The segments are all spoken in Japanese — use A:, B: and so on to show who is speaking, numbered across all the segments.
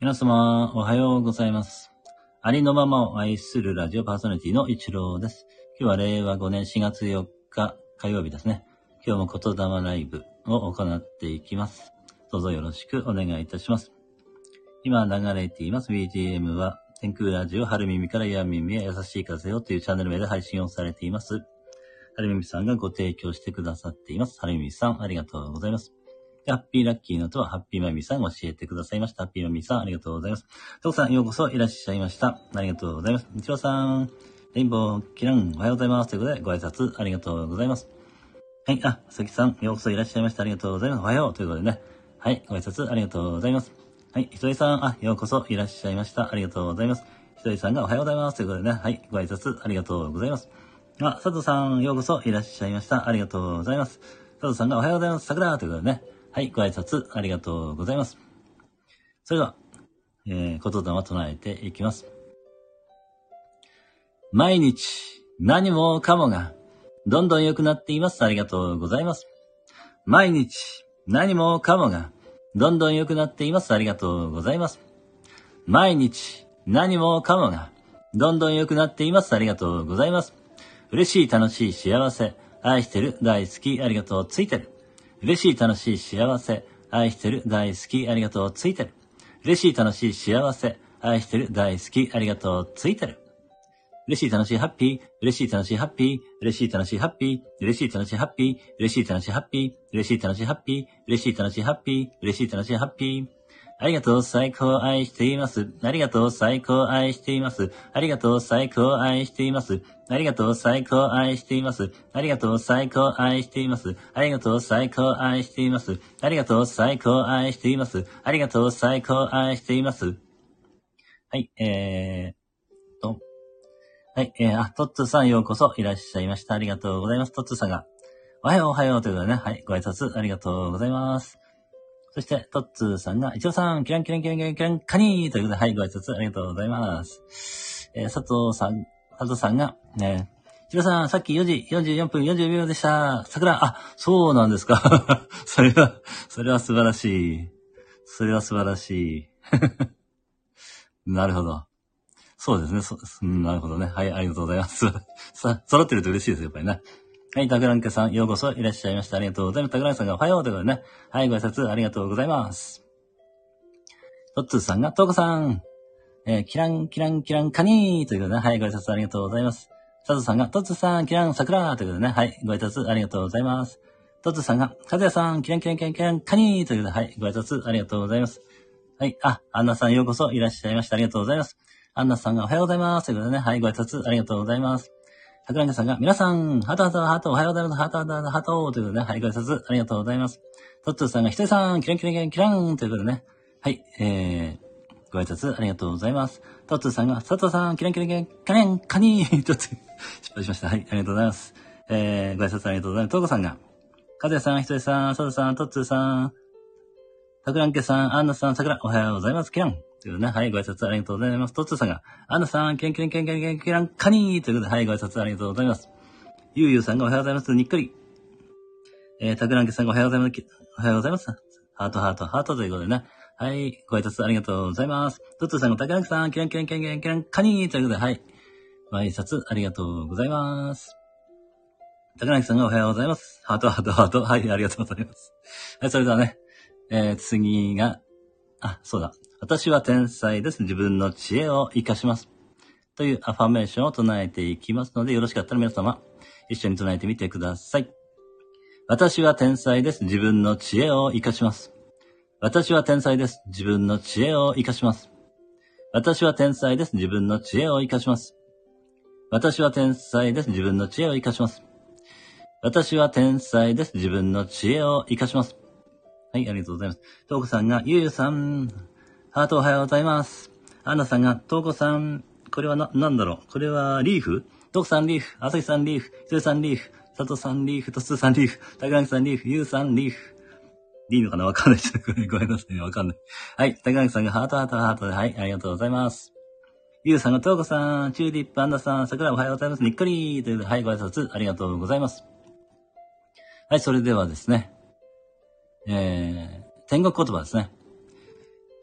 A: 皆様、おはようございます。ありのままを愛するラジオパーソナリティの一郎です。今日は令和5年4月4日火曜日ですね。今日も言霊ライブを行っていきます。どうぞよろしくお願いいたします。今流れています BGM は天空ラジオ春耳からや耳へ優しい風をというチャンネル名で配信をされています。春耳さんがご提供してくださっています。春耳さん、ありがとうございます。ハッピーラッキーのとはハッピーマミさん教えてくださいました。ハッピーマミさん、ありがとうございます。トクさん、ようこそいらっしゃいました。ありがとうございます。みちろさん、レインボー、キラン、おはようございます。ということで、ご挨拶ありがとうございます。はい、さきさん、ようこそいらっしゃいました。ありがとうございます。おはよう。ということでね。はい、ご挨拶ありがとうございます。はい、ひとりさん、ようこそいらっしゃいました。ありがとうございます。ひとりさんがおはようございます。ということでね。はい、ご挨拶ありがとうございます。佐藤さん、ようこそいらっしゃいました。ありがとうございます。佐藤さんがおはようございます。桜ということでね。はい、ご挨拶ありがとうございます。それでは、言霊を唱えていきます。毎日、何もかもが、どんどん良くなっています。ありがとうございます。毎日、何もかもが、どんどん良くなっています。ありがとうございます。毎日、何もかもが、どんどん良くなっています。ありがとうございます。嬉しい、楽しい、幸せ、愛してる、大好き、ありがとう、ついてる。嬉しい、楽しい、幸せ、愛してる、大好き、ありがとう、ついてる。嬉しい、楽しい、幸せ、愛してる、大好き、ありがとう、ついてる。嬉しい、楽しい、ハッピー、嬉しい、楽しい、ハッピー、嬉しい、楽しい、ハッピー、嬉しい、楽しい、ハッピー、嬉しい、楽しい、ハッピー、嬉しい、楽しい、ハッピー、嬉しい、楽しい、ハッピー、嬉しい、楽しい、ハッピー。ありがとう、最高、愛しています。ありがとう、最高、愛しています。ありがとう、最高、愛しています。ありがとう、最高、愛しています。ありがとう、最高、愛しています。ありがとう、最高、愛しています。ありがとう、最高、愛しています。ありがとう、最高、愛しています。はい、はい、トッツーさんようこそいらっしゃいました。ありがとうございます。トッツーさんが、おはようおはようということでね、はい、ご挨拶ありがとうございます。そして、トッツーさんが、イチローさん、キランキランキランキランキランカニーということで、はい、ご挨拶ありがとうございます。佐藤さんが、イチローさん、さっき4時44分40秒でした。桜、そうなんですか。それは素晴らしい。それは素晴らしい。なるほど。そうですね。なるほどね。はい、ありがとうございます。揃ってると嬉しいですよ、やっぱりね。はい、タクランケさん、ようこそいらっしゃいました。ありがとうございます。タクランケさんがおはようということでね。はい、ご挨拶ありがとうございます。トッツーさんが、トーコさん、キランキランキランカニーということでね。はい、ご挨拶ありがとうございます。サトさんが、トッツーさん、キラン桜ということでね。はい、ご挨拶ありがとうございます。トッツーさんが、カズヤさん、キランキランキランキランカニーということで、はい、ご挨拶ありがとうございます。はい、アンナさんようこそいらっしゃいました。ありがとうございます。アンナさんがおはようございます。ということでね。はい、ご挨拶ありがとうございます。タクランケさんが、皆さん、ハートハートハート、おはようございます。ハートハートハートということでね。はい、ご挨拶ありがとうございます。トッツーさんが、ひとりさん、キランキランキランキランということでね。はい、ご挨拶ありがとうございます。トッツーさんが、佐藤さん、キランキランキランキランカニーちょっと、失敗しました。はい、ありがとうございます。ご挨拶ありがとうございます。トーコさんが、かずやさん、ひとりさん、佐藤さん、トッツーさん、タクランケさん、アンナさん、桜、おはようございます。キラン。ということでね、はい、ご挨拶ありがとうございます。トッツーさんが、アンナさん、キランキランキランキランキランキランカニーということで、はい、ご挨拶ありがとうございます。ゆうゆうさんがおはようございます。にっくり。タクランケさんがおはようございます。おはようございます。ハートハートハートということでね。はい、ご挨拶ありがとうございます。トッツーさんがタクランケさん、キランキランキランキランキランカニーということで、はい、ご挨拶ありがとうございます。タクランケさんがおはようございます。ハートハートハート。はい、ありがとうございます。はい、それではね、次が、そうだ。私は天才です。自分の知恵を活かします。というアファメーションを唱えていきますので、よろしかったら皆様、一緒に唱えてみてください。私は天才です。自分の知恵を活かします。私は天才です。自分の知恵を活かします。私は天才です。自分の知恵を活かします。私は天才です。自分の知恵を活かします。私は天才です。自分の知恵を活かします。はい、ありがとうございます。トーコさんが、ゆうゆうさん、ハートおはようございます。アンナさんが、トーコさん、これはなんだろう。これはリーフ？トーコさんリーフ、アサヒさんリーフ、ひとりさんリーフ、佐藤さんリーフ、トスーさんリーフ、タクランキさんリーフ、ユウさんリーフ。いいのかなわかんない。ちょっとごめんなさいね。わかんない。はい、タクランキさんがハートハートハートで、はい、ありがとうございます。ユウさんがトーコさん、チューリップ、アンナさん、桜おはようございます。にっこりということで、はい、ご挨拶ありがとうございます。はい、それではですね、天国言葉ですね。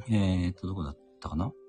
A: どこだったかなこ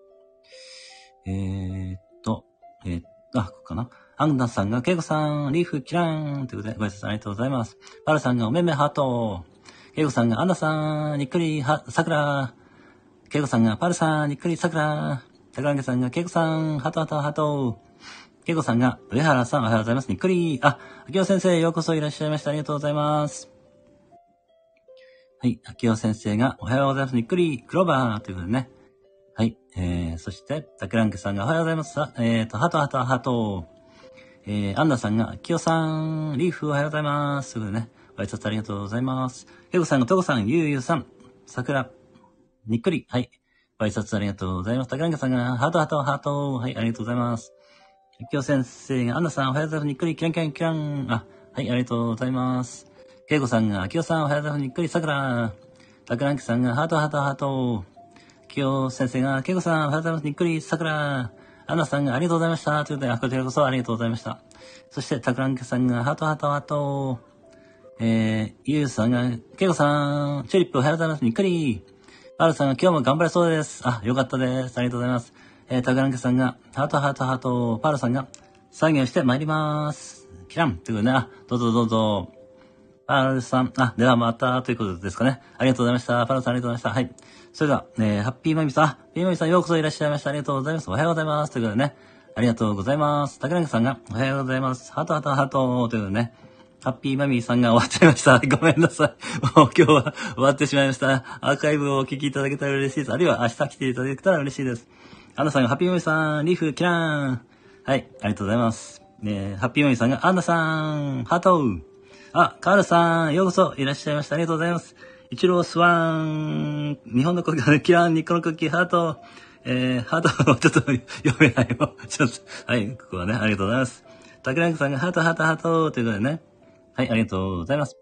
A: こかな。アンナさんが、ケイコさん、リーフキラーンということで、ご挨拶ありがとうございます。パルさんが、おめめハート。ケイコさんが、アンナさん、にっくり、さくら。ケイコさんが、パルさん、にっくり、さくら。高木さんが、ケイコさん、ハトハトハト。ケイコさんが、上原さん、おはようございます。にっくり。秋尾先生、ようこそいらっしゃいました。ありがとうございます。はい、秋尾先生が、おはようございます。にっくり、クローバーということでね。はい、そして、タクランケさんが、おはようございます。ハトハトハト。アンナさんが、秋尾さん、リーフ、おはようございます。ということでね、ご挨拶ありがとうございます。ケイコさんが、トコさん、ゆうゆうさん、桜、にっくり、はい。ご挨拶ありがとうございます。タクランケさんが、ハトハトハト。はい、ありがとうございます。秋尾先生が、アンナさん、おはようございます。にっくり、キランキランキラン。はい、ありがとうございます。ケイコさんが、秋尾さん、おはようございます。にっくり、桜。タクランケさんが、ハトハトハト。秋尾先生が、ケイコさん、おはようございます。にっくり、桜。アンナさんが、ありがとうございました。ということで、こちらこそありがとうございました。そして、タクランケさんが、ハトハトハト。ユウさんが、ケイコさん、チューリップ、おはようございます。にっくり。パルさんが、今日も頑張れそうです。よかったです。ありがとうございます。タクランケさんが、ハトハトハト。パルさんが、作業して参ります。キランということでね、どうぞどうぞ。パルさん、ではまたということですかね。ありがとうございました。パルさんありがとうございました。はい。それでは、ハッピーマミさん、ハッピーマミさんようこそいらっしゃいました。ありがとうございます。おはようございます。ということでね、ありがとうございます。タクランケさんが、おはようございます。ハトハトハトということでね、ハッピーマミーさんが終わっちゃいました。ごめんなさい。もう今日は終わってしまいました。アーカイブをお聞きいただけたら嬉しいです。あるいは明日来ていただけたら嬉しいです。アンナさんがハッピーマミーさん、リーフ、キラーン。はい、ありがとうございます。ハッピーマミーさんが、アンナさん、ハトウ。カールさん、ようこそいらっしゃいました。ありがとうございます。イチロースワン、日本の国歌、キラーン、ニッコのクッキー、ハート、ハートをちょっと読めないよ。ちょっと、はい、ここはね、ありがとうございます。タクランクさんが、ハート、ハート、ハート、ということでね。はい、ありがとうございます。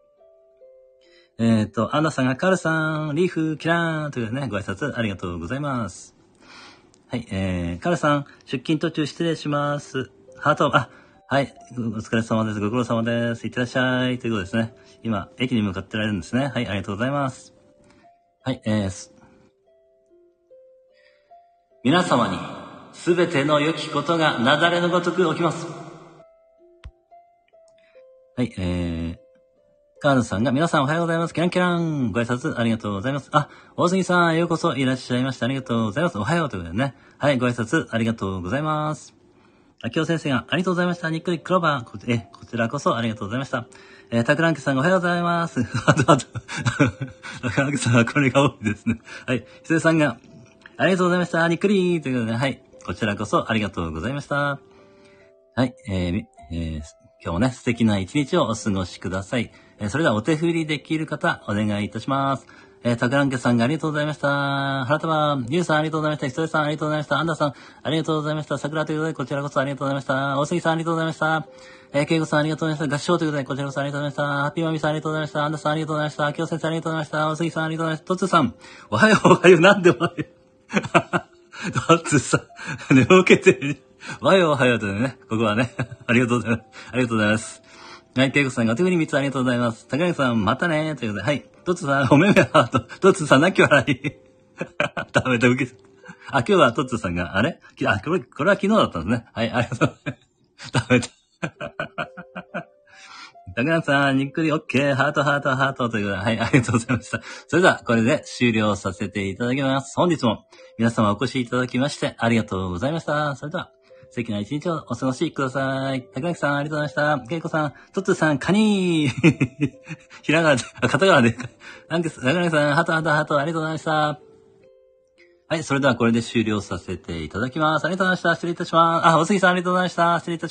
A: アンナさんが、カールさん、リーフ、キラーン、ということでね、ご挨拶ありがとうございます。はい、カールさん、出勤途中失礼します。ハート、はい。お疲れ様です。ご苦労様です。いってらっしゃい。ということですね。今、駅に向かってられるんですね。はい、ありがとうございます。はい、皆様に、すべての良きことが雪崩のごとく起きます。はい、カールさんが、皆さんおはようございます。キランキラン。ご挨拶ありがとうございます。大杉さん、ようこそいらっしゃいました。ありがとうございます。おはようということでね。はい、ご挨拶ありがとうございます。秋尾先生が、ありがとうございました。にっくりクローバー。こちらこそありがとうございました。タクランケさんがおはようございます。タクランケさんはこれが多いですね。はい。ひせさんが、ありがとうございました。にっくりということで、はい。こちらこそありがとうございました。はい。今日もね、素敵な一日をお過ごしください。それではお手振りできる方、お願いいたします。タクランケさんがありがとうございました。花束、ゆうさんありがとうございました。ひとりさんありがとうございました。アンダさんありがとうございました。桜ということで、こちらこそありがとうございました。大杉さんありがとうございました。ケイコさんありがとうございました。合唱ということで、こちらこそありがとうございました。ハッピーマミさんありがとうございました。アンダさんありがとうございました。秋尾先生ありがとうございました。大杉さんありがとうございました。トッツーさん、おはようおはよう、なんでもない。トッツーさん、寝ぼけてる。おはようおはようというね、ここはね、ありがとうございます。ありがとうございます。はい、ケイコさんがお手振り3つありがとうございます。高木さん、またねということで、はい。トッツーさん、おめめハート。トッツーさん、泣き笑い。食べた受け。今日はトッツーさんが、あれこれは昨日だったんですね。はい、ありがとうございます。食べた。高木さん、にっくり OK。ハート、ハート、ハートということで、はい、ありがとうございました。それでは、これで終了させていただきます。本日も皆様お越しいただきまして、ありがとうございました。それでは、素敵な一日をお過ごしください。高木さん、ありがとうございました。ケイコさん、トッツーさん、カニーひらがなで、カタカナで。高木さん、ハトハトハト、ありがとうございました。はい、それではこれで終了させていただきます。ありがとうございました。失礼いたします。大杉さん、ありがとうございました。失礼いたします。